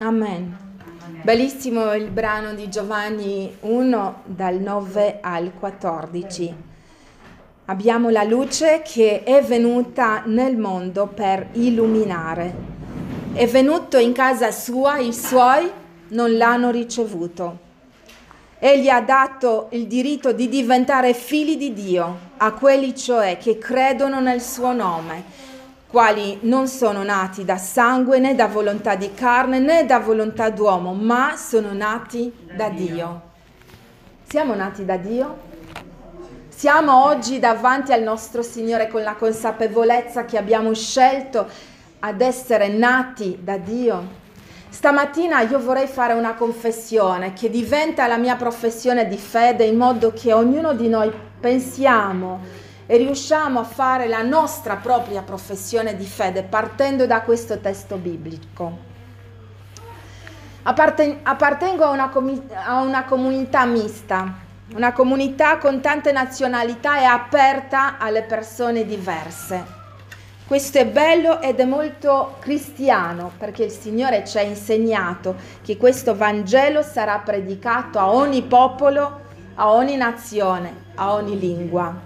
Amen. Bellissimo il brano di Giovanni 1 dal 9 al 14. Abbiamo la luce che è venuta nel mondo per illuminare. È venuto in casa sua, i suoi non l'hanno ricevuto. Egli ha dato il diritto di diventare figli di Dio a quelli cioè che credono nel suo nome, quali non sono nati da sangue né da volontà di carne né da volontà d'uomo, ma sono nati da Dio. Siamo nati da Dio? Siamo oggi davanti al nostro Signore con la consapevolezza che abbiamo scelto ad essere nati da Dio? Stamattina io vorrei fare una confessione che diventa la mia professione di fede, in modo che ognuno di noi pensiamo e riusciamo a fare la nostra propria professione di fede partendo da questo testo biblico. Appartengo a una comunità mista, una comunità con tante nazionalità e aperta alle persone diverse. Questo è bello ed è molto cristiano, perché il Signore ci ha insegnato che questo Vangelo sarà predicato a ogni popolo, a ogni nazione, a ogni lingua.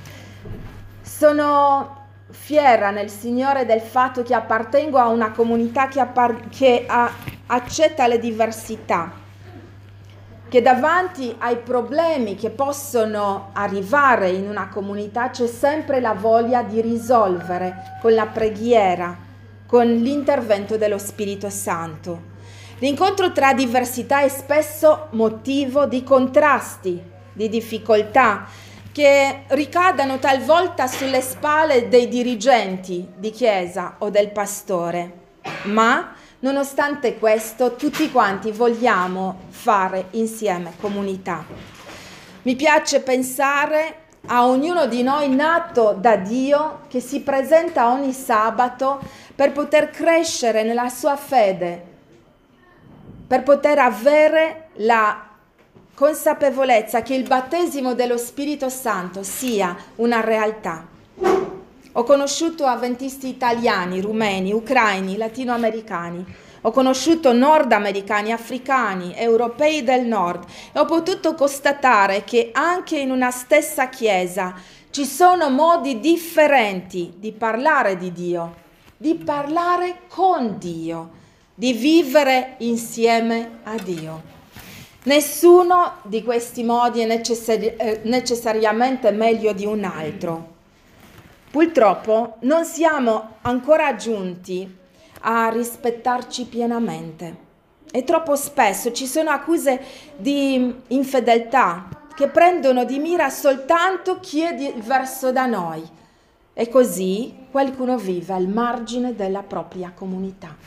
Sono fiera nel Signore del fatto che appartengo a una comunità che accetta le diversità, che davanti ai problemi che possono arrivare in una comunità c'è sempre la voglia di risolvere con la preghiera, con l'intervento dello Spirito Santo. L'incontro tra diversità è spesso motivo di contrasti, di difficoltà, che ricadano talvolta sulle spalle dei dirigenti di chiesa o del pastore, ma nonostante questo tutti quanti vogliamo fare insieme comunità. Mi piace pensare a ognuno di noi nato da Dio che si presenta ogni sabato per poter crescere nella sua fede, per poter avere la consapevolezza che il battesimo dello Spirito Santo sia una realtà. Ho conosciuto avventisti italiani, rumeni, ucraini, latinoamericani. Ho conosciuto nordamericani, africani, europei del nord e ho potuto constatare che anche in una stessa chiesa ci sono modi differenti di parlare di Dio, di parlare con Dio, di vivere insieme a Dio. Nessuno di questi modi è necessariamente meglio di un altro. Purtroppo non siamo ancora giunti a rispettarci pienamente e troppo spesso ci sono accuse di infedeltà che prendono di mira soltanto chi è diverso da noi e così qualcuno vive al margine della propria comunità.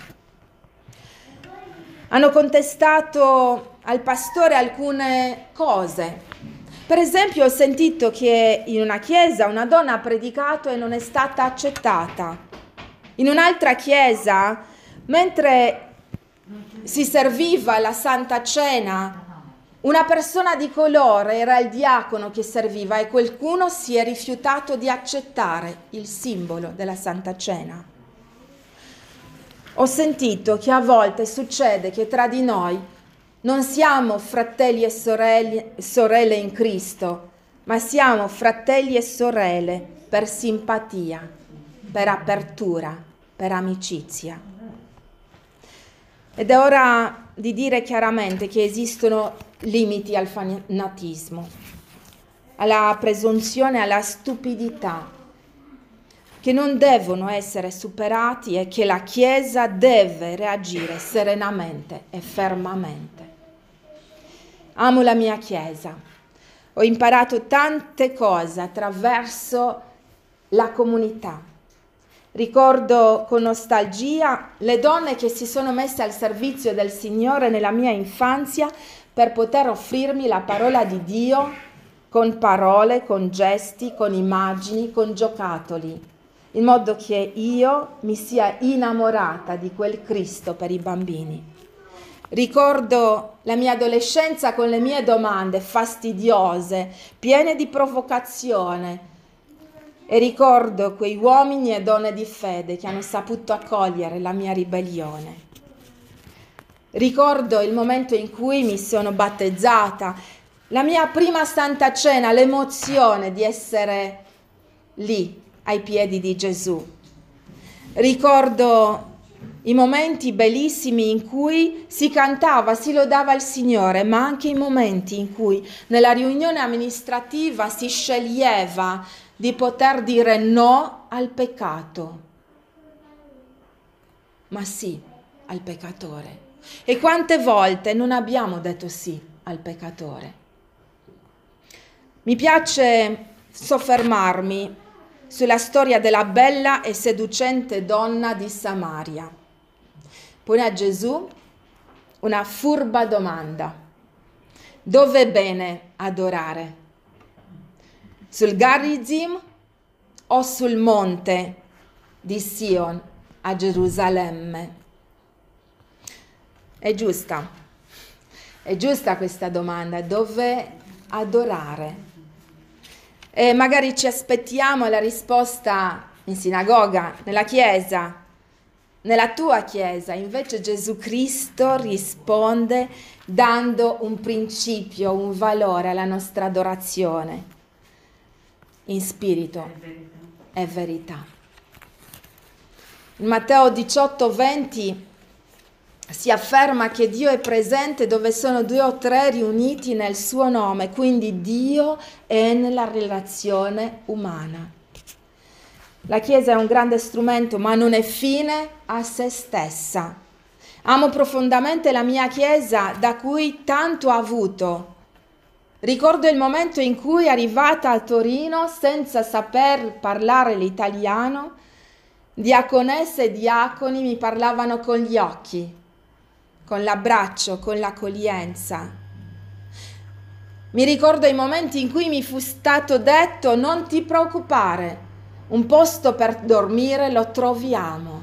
Hanno contestato al pastore alcune cose. Per esempio ho sentito che in una chiesa una donna ha predicato e non è stata accettata. In un'altra chiesa, mentre si serviva la Santa Cena, una persona di colore era il diacono che serviva e qualcuno si è rifiutato di accettare il simbolo della Santa Cena. Ho sentito che a volte succede che tra di noi non siamo fratelli e sorelle in Cristo, ma siamo fratelli e sorelle per simpatia, per apertura, per amicizia. Ed è ora di dire chiaramente che esistono limiti al fanatismo, alla presunzione, alla stupidità, che non devono essere superati e che la Chiesa deve reagire serenamente e fermamente. Amo la mia Chiesa. Ho imparato tante cose attraverso la comunità. Ricordo con nostalgia le donne che si sono messe al servizio del Signore nella mia infanzia per poter offrirmi la parola di Dio con parole, con gesti, con immagini, con giocattoli, in modo che io mi sia innamorata di quel Cristo per i bambini. Ricordo la mia adolescenza con le mie domande fastidiose, piene di provocazione, e ricordo quei uomini e donne di fede che hanno saputo accogliere la mia ribellione. Ricordo il momento in cui mi sono battezzata, la mia prima Santa Cena, l'emozione di essere lì ai piedi di Gesù. Ricordo i momenti bellissimi in cui si cantava, si lodava il Signore, ma anche i momenti in cui nella riunione amministrativa si sceglieva di poter dire no al peccato, ma sì al peccatore. E quante volte non abbiamo detto sì al peccatore? Mi piace soffermarmi sulla storia della bella e seducente donna di Samaria. Pone a Gesù una furba domanda: dove è bene adorare? Sul Garizim o sul monte di Sion a Gerusalemme? È giusta questa domanda: dove adorare? E magari ci aspettiamo la risposta in sinagoga, nella chiesa, nella tua chiesa. Invece Gesù Cristo risponde dando un principio, un valore alla nostra adorazione. In spirito è verità. In Matteo 18:20 si afferma che Dio è presente dove sono 2 o 3 riuniti nel suo nome, quindi Dio è nella relazione umana. La Chiesa è un grande strumento, ma non è fine a se stessa. Amo profondamente la mia Chiesa, da cui tanto ho avuto. Ricordo il momento in cui, arrivata a Torino senza saper parlare l'italiano, diaconesse e diaconi mi parlavano con gli occhi, con l'abbraccio, con l'accoglienza. Mi ricordo i momenti in cui mi fu stato detto: non ti preoccupare, un posto per dormire lo troviamo.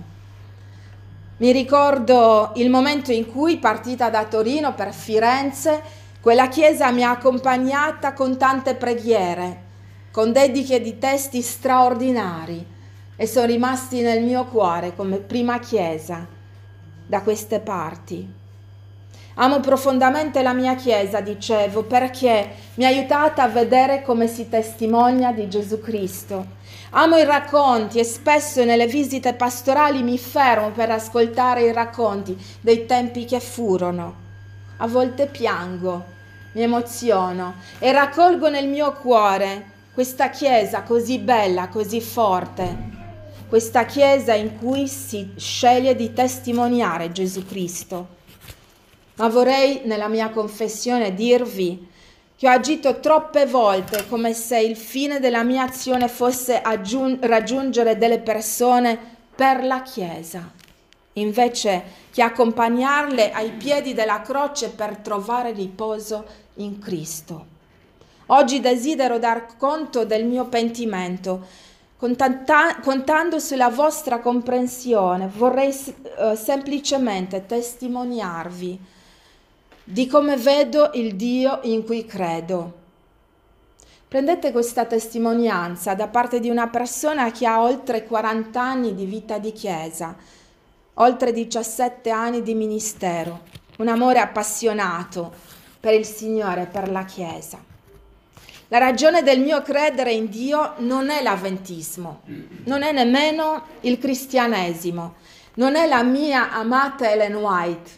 Mi ricordo il momento in cui, partita da Torino per Firenze, quella chiesa mi ha accompagnata con tante preghiere, con dediche di testi straordinari, e sono rimasti nel mio cuore come prima chiesa da queste parti. Amo profondamente la mia Chiesa, dicevo, perché mi ha aiutata a vedere come si testimonia di Gesù Cristo. Amo i racconti e spesso nelle visite pastorali mi fermo per ascoltare i racconti dei tempi che furono. A volte piango, mi emoziono e raccolgo nel mio cuore questa Chiesa così bella, così forte. Questa Chiesa in cui si sceglie di testimoniare Gesù Cristo. Ma vorrei nella mia confessione dirvi che ho agito troppe volte come se il fine della mia azione fosse raggiungere delle persone per la Chiesa, invece che accompagnarle ai piedi della croce per trovare riposo in Cristo. Oggi desidero dar conto del mio pentimento. Contando sulla vostra comprensione, vorrei semplicemente testimoniarvi di come vedo il Dio in cui credo. Prendete questa testimonianza da parte di una persona che ha oltre 40 anni di vita di Chiesa, oltre 17 anni di ministero, un amore appassionato per il Signore e per la Chiesa. La ragione del mio credere in Dio non è l'avventismo, non è nemmeno il cristianesimo, non è la mia amata Ellen White,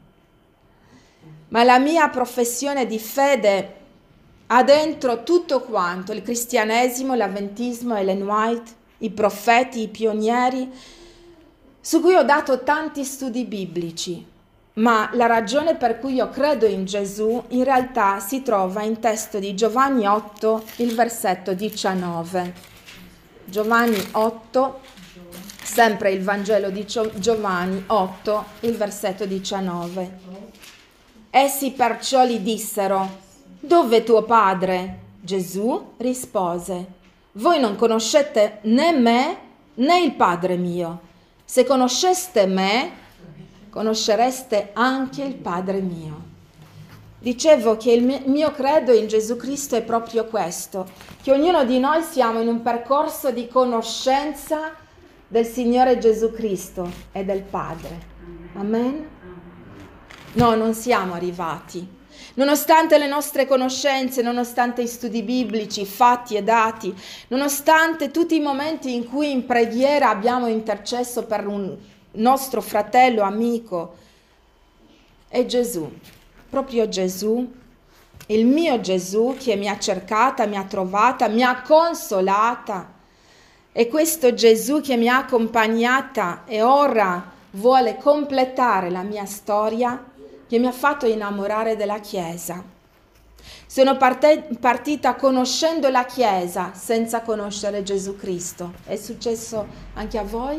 ma la mia professione di fede ha dentro tutto quanto: il cristianesimo, l'avventismo, Ellen White, i profeti, i pionieri, su cui ho dato tanti studi biblici. Ma la ragione per cui io credo in Gesù in realtà si trova in testo di Giovanni 8, il versetto 19. Giovanni 8, sempre il Vangelo di Giovanni 8, il versetto 19. Essi perciò gli dissero: dov'è tuo padre? Gesù rispose: voi non conoscete né me né il Padre mio. Se conosceste me, conoscereste anche il Padre mio. Dicevo che il mio credo in Gesù Cristo è proprio questo, che ognuno di noi siamo in un percorso di conoscenza del Signore Gesù Cristo e del Padre. Amen? No, non siamo arrivati. Nonostante le nostre conoscenze, nonostante i studi biblici, fatti e dati, nonostante tutti i momenti in cui in preghiera abbiamo intercesso per un nostro fratello, amico, è Gesù, proprio Gesù, il mio Gesù che mi ha cercata, mi ha trovata, mi ha consolata. E questo Gesù che mi ha accompagnata e ora vuole completare la mia storia, che mi ha fatto innamorare della Chiesa. Sono partita conoscendo la Chiesa senza conoscere Gesù Cristo. È successo anche a voi?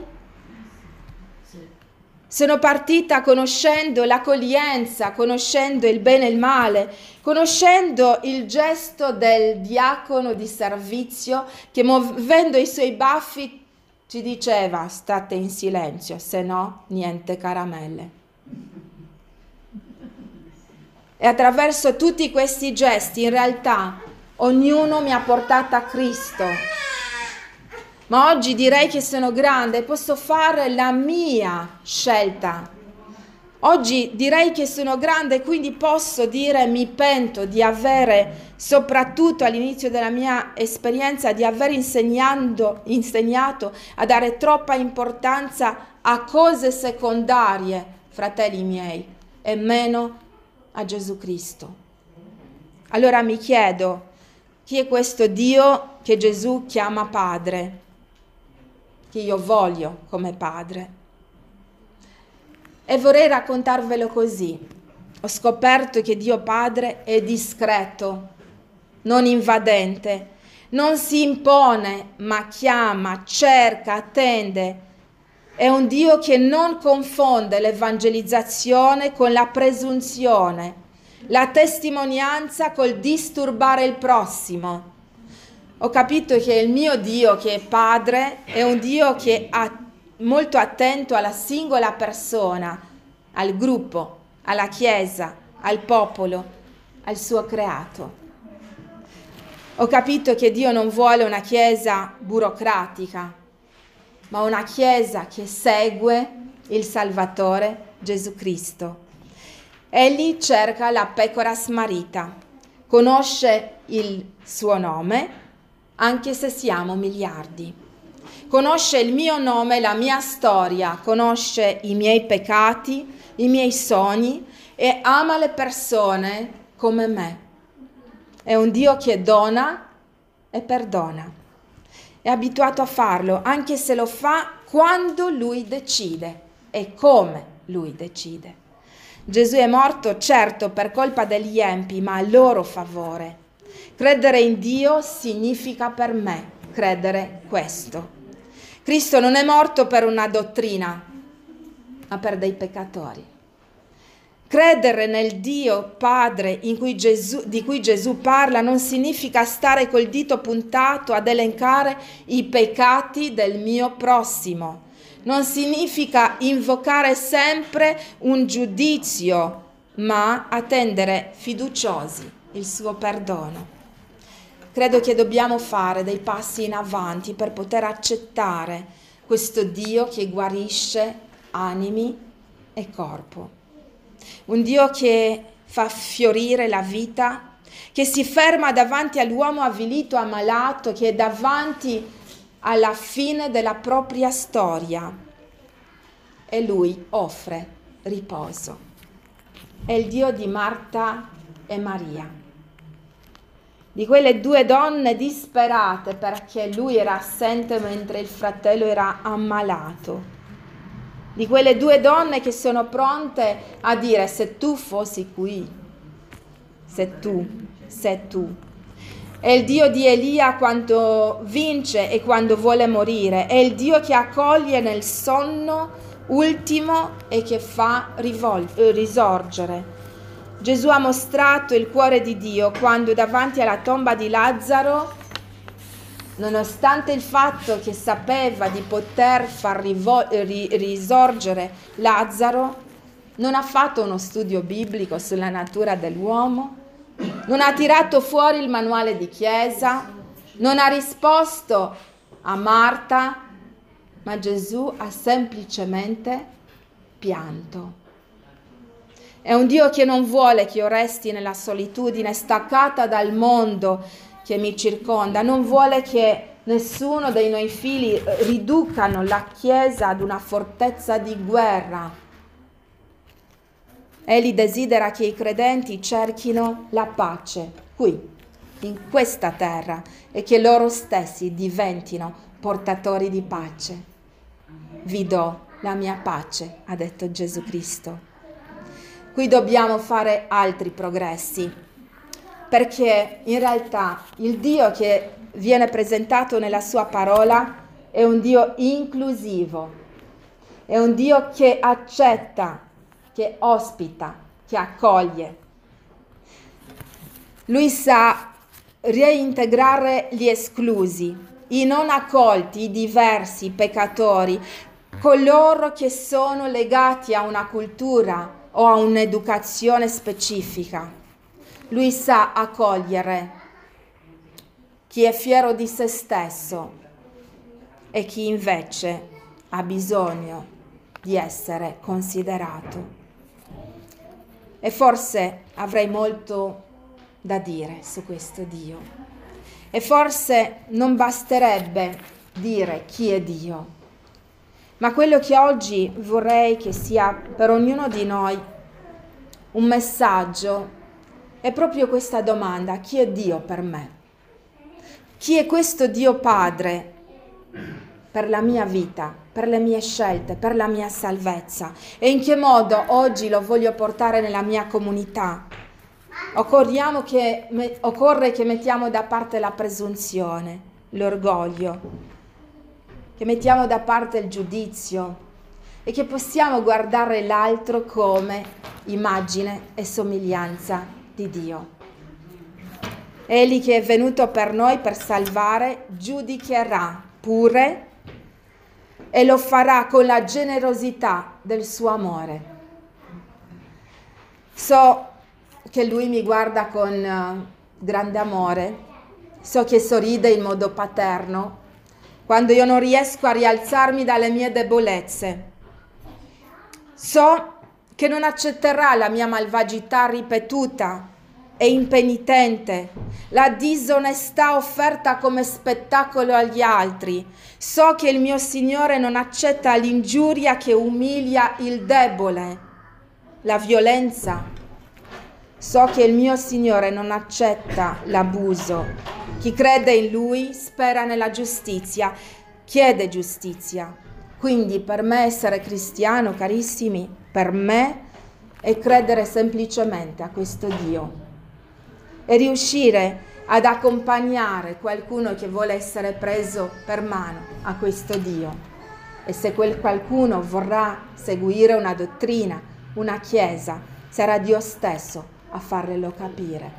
Sono partita conoscendo l'accoglienza, conoscendo il bene e il male, conoscendo il gesto del diacono di servizio che muovendo i suoi baffi ci diceva: state in silenzio, se no niente caramelle. E attraverso tutti questi gesti, in realtà, ognuno mi ha portato a Cristo. Ma oggi direi che sono grande e posso fare la mia scelta. Oggi direi che sono grande e quindi posso dire mi pento di avere, soprattutto all'inizio della mia esperienza, di aver insegnato a dare troppa importanza a cose secondarie, fratelli miei, e meno a Gesù Cristo. Allora mi chiedo, chi è questo Dio che Gesù chiama Padre, che io voglio come Padre? E vorrei raccontarvelo così. Ho scoperto che Dio Padre è discreto, non invadente, non si impone, ma chiama, cerca, attende. È un Dio che non confonde l'evangelizzazione con la presunzione, la testimonianza col disturbare il prossimo. Ho capito che il mio Dio, che è Padre, è un Dio che è molto attento alla singola persona, al gruppo, alla Chiesa, al popolo, al suo creato. Ho capito che Dio non vuole una Chiesa burocratica, ma una Chiesa che segue il Salvatore Gesù Cristo. Egli cerca la pecora smarrita, conosce il suo nome, anche se siamo miliardi. Conosce il mio nome, la mia storia, conosce i miei peccati, i miei sogni e ama le persone come me. È un Dio che dona e perdona. È abituato a farlo, anche se lo fa quando Lui decide e come Lui decide. Gesù è morto, certo, per colpa degli empi, ma a loro favore. Credere in Dio significa per me credere questo. Cristo non è morto per una dottrina, ma per dei peccatori. Credere nel Dio Padre di cui Gesù parla non significa stare col dito puntato ad elencare i peccati del mio prossimo. Non significa invocare sempre un giudizio, ma attendere fiduciosi il suo perdono. Credo che dobbiamo fare dei passi in avanti per poter accettare questo Dio che guarisce animi e corpo. Un Dio che fa fiorire la vita, che si ferma davanti all'uomo avvilito, ammalato, che è davanti alla fine della propria storia. E Lui offre riposo. È il Dio di Marta e Maria, di quelle due donne disperate perché Lui era assente mentre il fratello era ammalato. Di quelle due donne che sono pronte a dire: se tu fossi qui, se tu. È il Dio di Elia quando vince e quando vuole morire. È il Dio che accoglie nel sonno ultimo e che fa risorgere. Gesù ha mostrato il cuore di Dio quando davanti alla tomba di Lazzaro, nonostante il fatto che sapeva di poter far risorgere Lazzaro, non ha fatto uno studio biblico sulla natura dell'uomo, non ha tirato fuori il manuale di chiesa, non ha risposto a Marta, ma Gesù ha semplicemente pianto. È un Dio che non vuole che io resti nella solitudine, staccata dal mondo che mi circonda. Non vuole che nessuno dei noi figli riducano la Chiesa ad una fortezza di guerra. Egli desidera che i credenti cerchino la pace qui, in questa terra, e che loro stessi diventino portatori di pace. Vi do la mia pace, ha detto Gesù Cristo. Qui dobbiamo fare altri progressi, perché in realtà il Dio che viene presentato nella sua parola è un Dio inclusivo, è un Dio che accetta, che ospita, che accoglie. Lui sa reintegrare gli esclusi, i non accolti, i diversi, i peccatori, coloro che sono legati a una cultura o a un'educazione specifica. Lui sa accogliere chi è fiero di se stesso e chi invece ha bisogno di essere considerato. E forse avrei molto da dire su questo Dio. E forse non basterebbe dire chi è Dio. Ma quello che oggi vorrei che sia per ognuno di noi un messaggio è proprio questa domanda: chi è Dio per me? Chi è questo Dio Padre per la mia vita, per le mie scelte, per la mia salvezza? E in che modo oggi lo voglio portare nella mia comunità? Occorre che mettiamo da parte la presunzione, l'orgoglio, che mettiamo da parte il giudizio e che possiamo guardare l'altro come immagine e somiglianza di Dio. Egli che è venuto per noi per salvare giudicherà pure e lo farà con la generosità del suo amore. So che Lui mi guarda con grande amore, so che sorride in modo paterno quando io non riesco a rialzarmi dalle mie debolezze. So che non accetterà la mia malvagità ripetuta e impenitente, la disonestà offerta come spettacolo agli altri. So che il mio Signore non accetta l'ingiuria che umilia il debole, la violenza. So che il mio Signore non accetta l'abuso. Chi crede in Lui spera nella giustizia, chiede giustizia. Quindi per me essere cristiano, carissimi, per me è credere semplicemente a questo Dio e riuscire ad accompagnare qualcuno che vuole essere preso per mano a questo Dio. E se quel qualcuno vorrà seguire una dottrina, una chiesa, sarà Dio stesso a farglielo capire.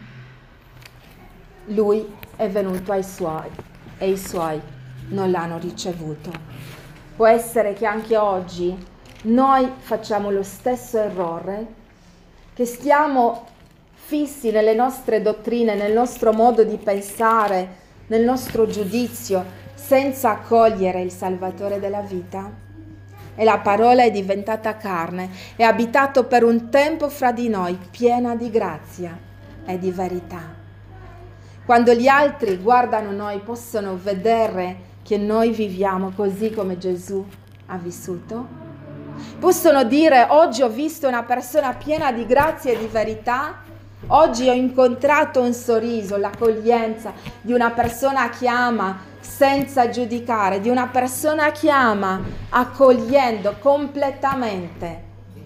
Lui è venuto ai suoi e i suoi non l'hanno ricevuto. Può essere che anche oggi noi facciamo lo stesso errore, che stiamo fissi nelle nostre dottrine, nel nostro modo di pensare, nel nostro giudizio, senza accogliere il Salvatore della vita. E la parola è diventata carne, è abitato per un tempo fra di noi, piena di grazia e di verità. Quando gli altri guardano noi, possono vedere che noi viviamo così come Gesù ha vissuto? Possono dire: oggi ho visto una persona piena di grazia e di verità? Oggi ho incontrato un sorriso, l'accoglienza di una persona che ama senza giudicare, di una persona che ama accogliendo completamente.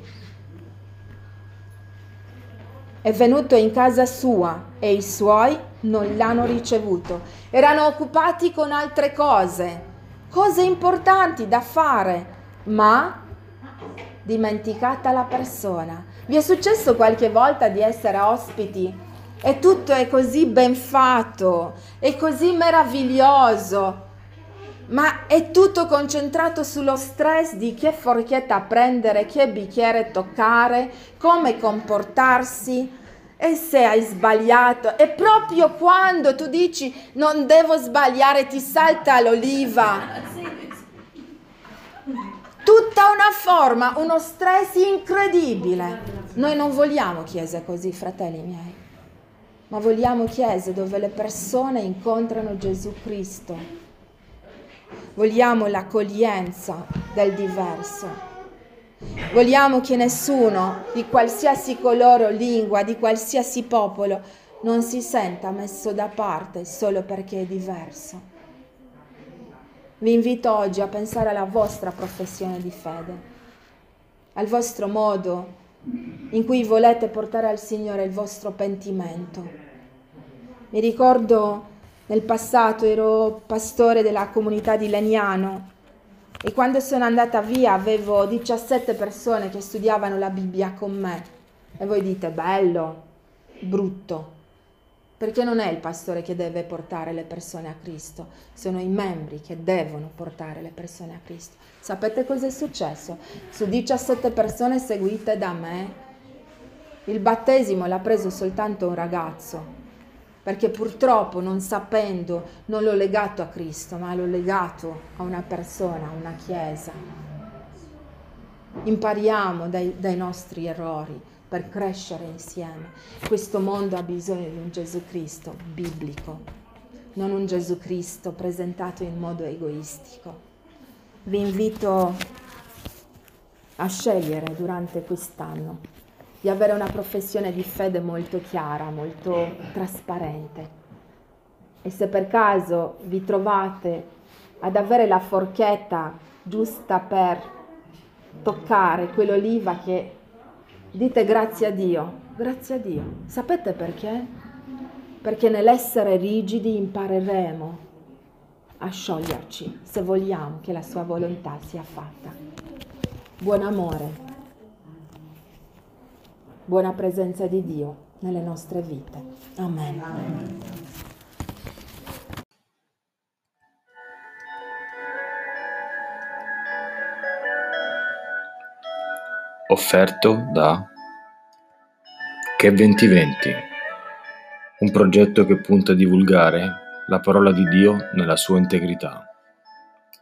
È venuto in casa sua e i suoi non l'hanno ricevuto. Erano occupati con altre cose importanti da fare, ma dimenticata la persona. Vi è successo qualche volta di essere ospiti e tutto è così ben fatto, è così meraviglioso, ma è tutto concentrato sullo stress di che forchetta prendere, che bicchiere toccare, come comportarsi, e se hai sbagliato. E proprio quando tu dici non devo sbagliare, ti salta l'oliva. Tutta una forma, uno stress incredibile. Noi non vogliamo chiese così, fratelli miei, ma vogliamo chiese dove le persone incontrano Gesù Cristo. Vogliamo l'accoglienza del diverso. Vogliamo che nessuno, di qualsiasi colore o lingua, di qualsiasi popolo, non si senta messo da parte solo perché è diverso. Vi invito oggi a pensare alla vostra professione di fede, al vostro modo in cui volete portare al Signore il vostro pentimento. Mi ricordo nel passato ero pastore della comunità di Legnano e quando sono andata via avevo 17 persone che studiavano la Bibbia con me. E voi dite, bello, brutto, perché non è il pastore che deve portare le persone a Cristo, sono i membri che devono portare le persone a Cristo. Sapete cosa è successo? Su 17 persone seguite da me, il battesimo l'ha preso soltanto un ragazzo, perché purtroppo non sapendo non l'ho legato a Cristo, ma l'ho legato a una persona, a una chiesa. Impariamo dai nostri errori per crescere insieme. Questo mondo ha bisogno di un Gesù Cristo biblico, non un Gesù Cristo presentato in modo egoistico. Vi invito a scegliere durante quest'anno di avere una professione di fede molto chiara, molto trasparente. E se per caso vi trovate ad avere la forchetta giusta per toccare quell'oliva, che dite grazie a Dio, grazie a Dio. Sapete perché? Perché nell'essere rigidi impareremo a scioglierci se vogliamo che la sua volontà sia fatta. Buon amore, buona presenza di Dio nelle nostre vite. Amen. Amen. Offerto da Che 2020, un progetto che punta a divulgare la parola di Dio nella sua integrità.